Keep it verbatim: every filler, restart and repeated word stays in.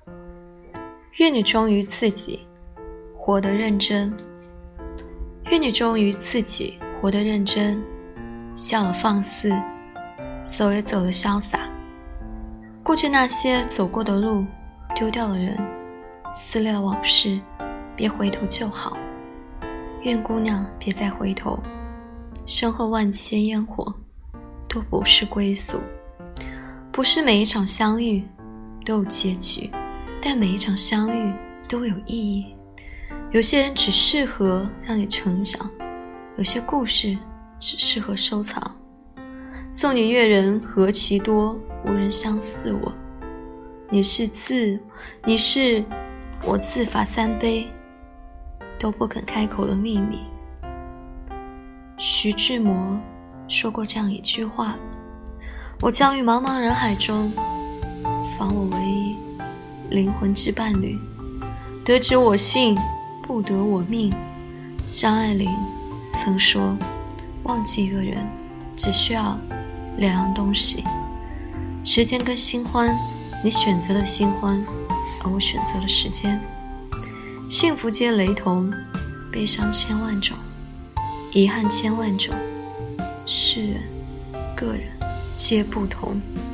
愿你忠于自己，活得认真。愿你忠于自己，活得认真，笑了放肆，走也走得潇洒。过去那些走过的路，丢掉了人，撕裂了往事，别回头就好。愿姑娘别再回头，身后万千烟火都不是归宿。不是每一场相遇都有结局，但每一场相遇都有意义。有些人只适合让你成长，有些故事只适合收藏。纵你阅人何其多，无人相似我。你是自，你是我自罚三杯都不肯开口的秘密。徐志摩说过这样一句话：我将于茫茫人海中访我唯一灵魂之伴侣，得之我幸，不得我命。张爱玲曾说，忘记一个人只需要两样东西，时间跟新欢。你选择了新欢，而我选择了时间。幸福皆雷同，悲伤千万种，遗憾千万种，世人个人皆不同。